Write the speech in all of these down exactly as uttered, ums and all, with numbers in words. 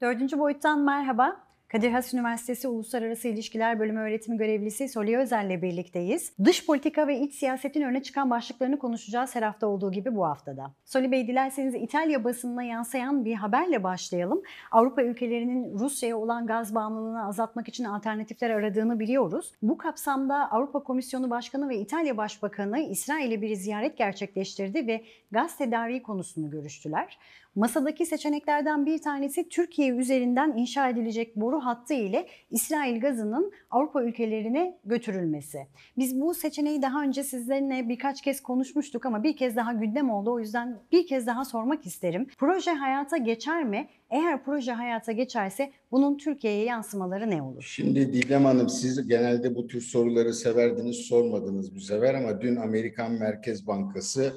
Dördüncü boyuttan merhaba. Kadir Has Üniversitesi Uluslararası İlişkiler Bölümü öğretim görevlisi Soli Özel ile birlikteyiz. Dış politika ve iç siyasetin öne çıkan başlıklarını konuşacağız her hafta olduğu gibi bu haftada. Soli Bey, dilerseniz İtalya basınına yansıyan bir haberle başlayalım. Avrupa ülkelerinin Rusya'ya olan gaz bağımlılığını azaltmak için alternatifler aradığını biliyoruz. Bu kapsamda Avrupa Komisyonu Başkanı ve İtalya Başbakanı İsrail'e bir ziyaret gerçekleştirdi ve gaz tedariği konusunu görüştüler. Masadaki seçeneklerden bir tanesi Türkiye üzerinden inşa edilecek boru hattı ile İsrail gazının Avrupa ülkelerine götürülmesi. Biz bu seçeneği daha önce sizlerle birkaç kez konuşmuştuk ama bir kez daha gündem oldu. O yüzden bir kez daha sormak isterim. Proje hayata geçer mi? Eğer proje hayata geçerse bunun Türkiye'ye yansımaları ne olur? Şimdi Didem Hanım, siz genelde bu tür soruları severdiniz, sormadınız bu sefer ama dün Amerikan Merkez Bankası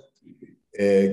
e,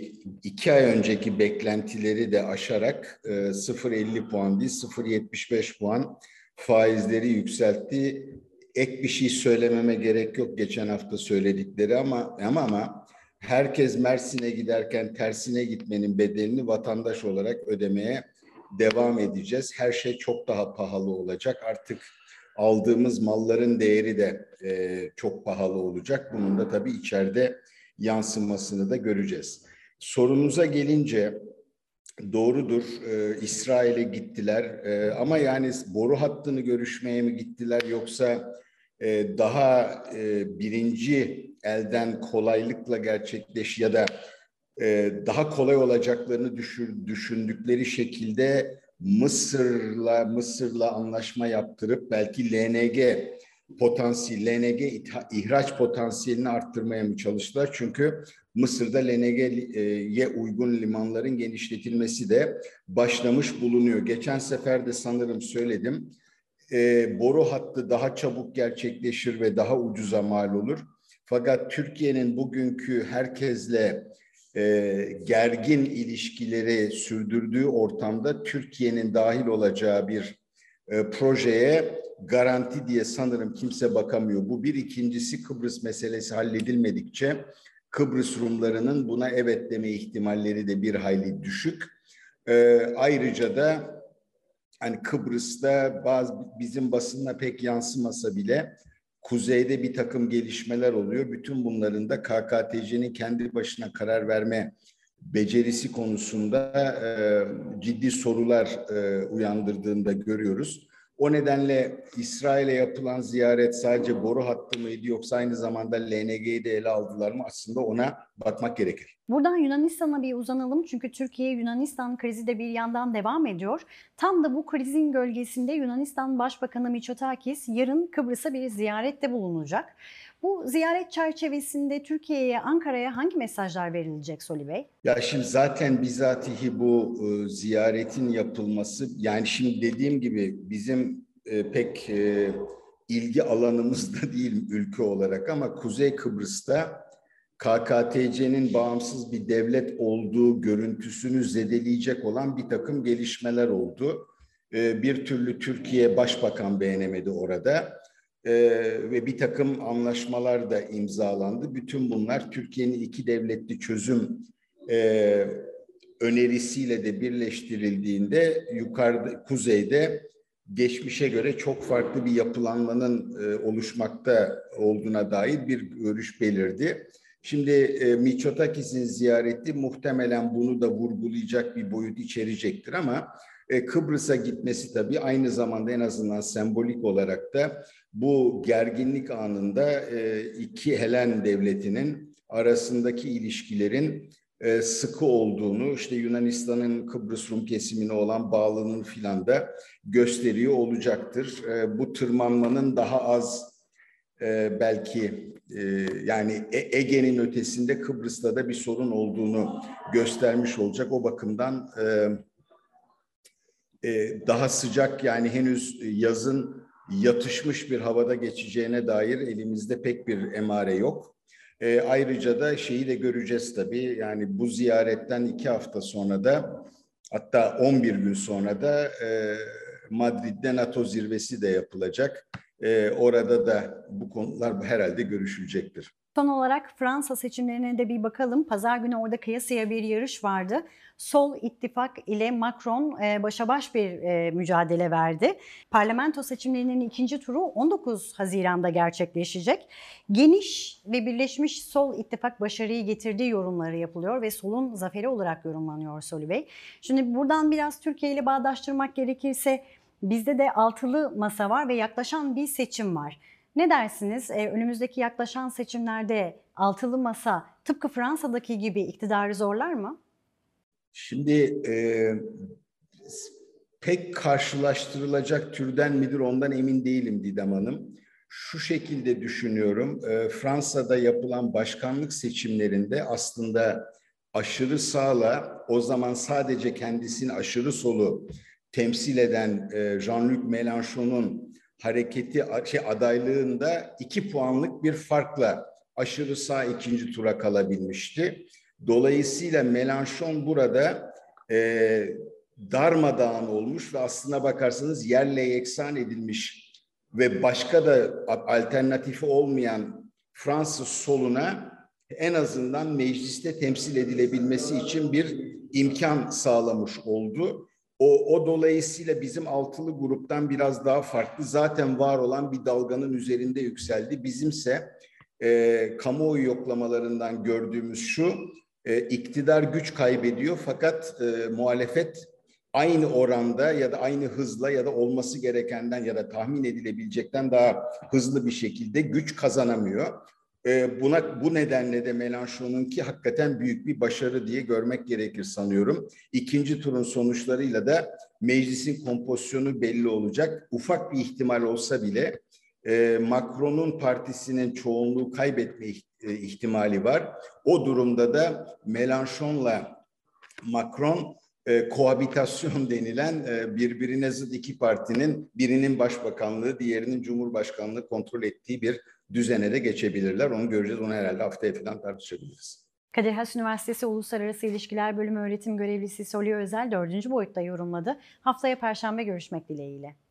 iki ay önceki beklentileri de aşarak e, sıfır virgül elli puan değil sıfır virgül yetmiş beş puan faizleri yükseltti. Ek bir şey söylememe gerek yok geçen hafta söyledikleri ama ama ama herkes Mersin'e giderken tersine gitmenin bedelini vatandaş olarak ödemeye devam edeceğiz. Her şey çok daha pahalı olacak. Artık aldığımız malların değeri de e, çok pahalı olacak. Bunun da tabii içeride yansımasını da göreceğiz. Sorunuza gelince doğrudur. E, İsrail'e gittiler e, ama yani boru hattını görüşmeye mi gittiler yoksa e, daha e, birinci elden kolaylıkla gerçekleş ya da e, daha kolay olacaklarını düşür, düşündükleri şekilde Mısır'la Mısır'la anlaşma yaptırıp belki L N G potansiyel, L N G ihraç potansiyelini arttırmaya mı çalıştılar? Çünkü Mısır'da L N G'ye uygun limanların genişletilmesi de başlamış bulunuyor. Geçen sefer de sanırım söyledim. E, boru hattı daha çabuk gerçekleşir ve daha ucuza mal olur. Fakat Türkiye'nin bugünkü herkesle e, gergin ilişkileri sürdürdüğü ortamda Türkiye'nin dahil olacağı bir e, projeye garanti diye sanırım kimse bakamıyor. Bu bir. İkincisi, Kıbrıs meselesi halledilmedikçe Kıbrıs Rumlarının buna evet deme ihtimalleri de bir hayli düşük. E, ayrıca da hani Kıbrıs'ta bazı bizim basına pek yansımasa bile kuzeyde bir takım gelişmeler oluyor. Bütün bunların da K K T C'nin kendi başına karar verme becerisi konusunda e, ciddi sorular e, uyandırdığını da görüyoruz. O nedenle İsrail'e yapılan ziyaret sadece boru hattı mıydı yoksa aynı zamanda L N G'yi de ele aldılar mı? Aslında ona bakmak gerekir. Buradan Yunanistan'a bir uzanalım çünkü Türkiye-Yunanistan krizi de bir yandan devam ediyor. Tam da bu krizin gölgesinde Yunanistan Başbakanı Mitsotakis yarın Kıbrıs'a bir ziyarette bulunacak. Bu ziyaret çerçevesinde Türkiye'ye, Ankara'ya hangi mesajlar verilecek Soli Bey? Ya şimdi zaten bizatihi bu e, ziyaretin yapılması, yani şimdi dediğim gibi bizim e, pek e, ilgi alanımızda değil ülke olarak ama Kuzey Kıbrıs'ta K K T C'nin bağımsız bir devlet olduğu görüntüsünü zedeleyecek olan bir takım gelişmeler oldu. E, bir türlü Türkiye Başbakan beğenemedi orada. Ee, ve bir takım anlaşmalar da imzalandı. Bütün bunlar Türkiye'nin iki devletli çözüm e, önerisiyle de birleştirildiğinde yukarıda, kuzeyde geçmişe göre çok farklı bir yapılanmanın e, oluşmakta olduğuna dair bir görüş belirdi. Şimdi e, Mitsotakis'in ziyareti muhtemelen bunu da vurgulayacak bir boyut içerecektir ama e, Kıbrıs'a gitmesi tabii aynı zamanda en azından sembolik olarak da bu gerginlik anında e, iki Helen devletinin arasındaki ilişkilerin e, sıkı olduğunu, işte Yunanistan'ın Kıbrıs Rum kesimine olan bağlılığını filan da gösteriyor olacaktır. E, bu tırmanmanın daha az e, belki e, yani e, Ege'nin ötesinde Kıbrıs'ta da bir sorun olduğunu göstermiş olacak. O bakımdan e, e, daha sıcak, yani henüz yazın yatışmış bir havada geçeceğine dair elimizde pek bir emare yok. E, ayrıca da şeyi de göreceğiz tabii, yani bu ziyaretten iki hafta sonra da, hatta on bir gün sonra da e, Madrid'de NATO zirvesi de yapılacak. E, orada da bu konular herhalde görüşülecektir. Son olarak Fransa seçimlerine de bir bakalım. Pazar günü orada kıyasıya bir yarış vardı. Sol ittifak ile Macron e, başa baş bir e, mücadele verdi. Parlamento seçimlerinin ikinci turu on dokuz Haziran'da gerçekleşecek. Geniş ve birleşmiş sol ittifak başarıyı getirdiği yorumları yapılıyor ve solun zaferi olarak yorumlanıyor Soli Bey. Şimdi buradan biraz Türkiye ile bağdaştırmak gerekirse bizde de altılı masa var ve yaklaşan bir seçim var. Ne dersiniz? Ee, önümüzdeki yaklaşan seçimlerde altılı masa tıpkı Fransa'daki gibi iktidarı zorlar mı? Şimdi e, pek karşılaştırılacak türden midir ondan emin değilim Didem Hanım. Şu şekilde düşünüyorum. E, Fransa'da yapılan başkanlık seçimlerinde aslında aşırı sağla o zaman sadece kendisini aşırı solu temsil eden e, Jean-Luc Mélenchon'un hareketi şey, adaylığında iki puanlık bir farkla aşırı sağ ikinci tura kalabilmişti. Dolayısıyla Mélenchon burada e, darmadağın olmuş ve aslına bakarsanız yerle yeksan edilmiş ve başka da alternatifi olmayan Fransız soluna en azından mecliste temsil edilebilmesi için bir imkan sağlamış oldu. O, o dolayısıyla bizim altılı gruptan biraz daha farklı, zaten var olan bir dalganın üzerinde yükseldi. Bizimse e, kamuoyu yoklamalarından gördüğümüz şu, e, iktidar güç kaybediyor fakat e, muhalefet aynı oranda ya da aynı hızla ya da olması gerekenden ya da tahmin edilebilecekten daha hızlı bir şekilde güç kazanamıyor. E, buna bu nedenle de Mélenchon'unki hakikaten büyük bir başarı diye görmek gerekir sanıyorum. İkinci turun sonuçlarıyla da meclisin kompozisyonu belli olacak. Ufak bir ihtimal olsa bile e, Macron'un partisinin çoğunluğu kaybetme ihtimali var. O durumda da Mélenchon'la Macron e, kohabitasyon denilen e, birbirine zıt iki partinin birinin başbakanlığı, diğerinin cumhurbaşkanlığı kontrol ettiği bir düzene de geçebilirler. Onu göreceğiz. Onu herhalde haftaya falan tartışabiliriz. Kadir Has Üniversitesi Uluslararası İlişkiler Bölümü öğretim görevlisi Soli Özel dördüncü boyutta yorumladı. Haftaya Perşembe görüşmek dileğiyle.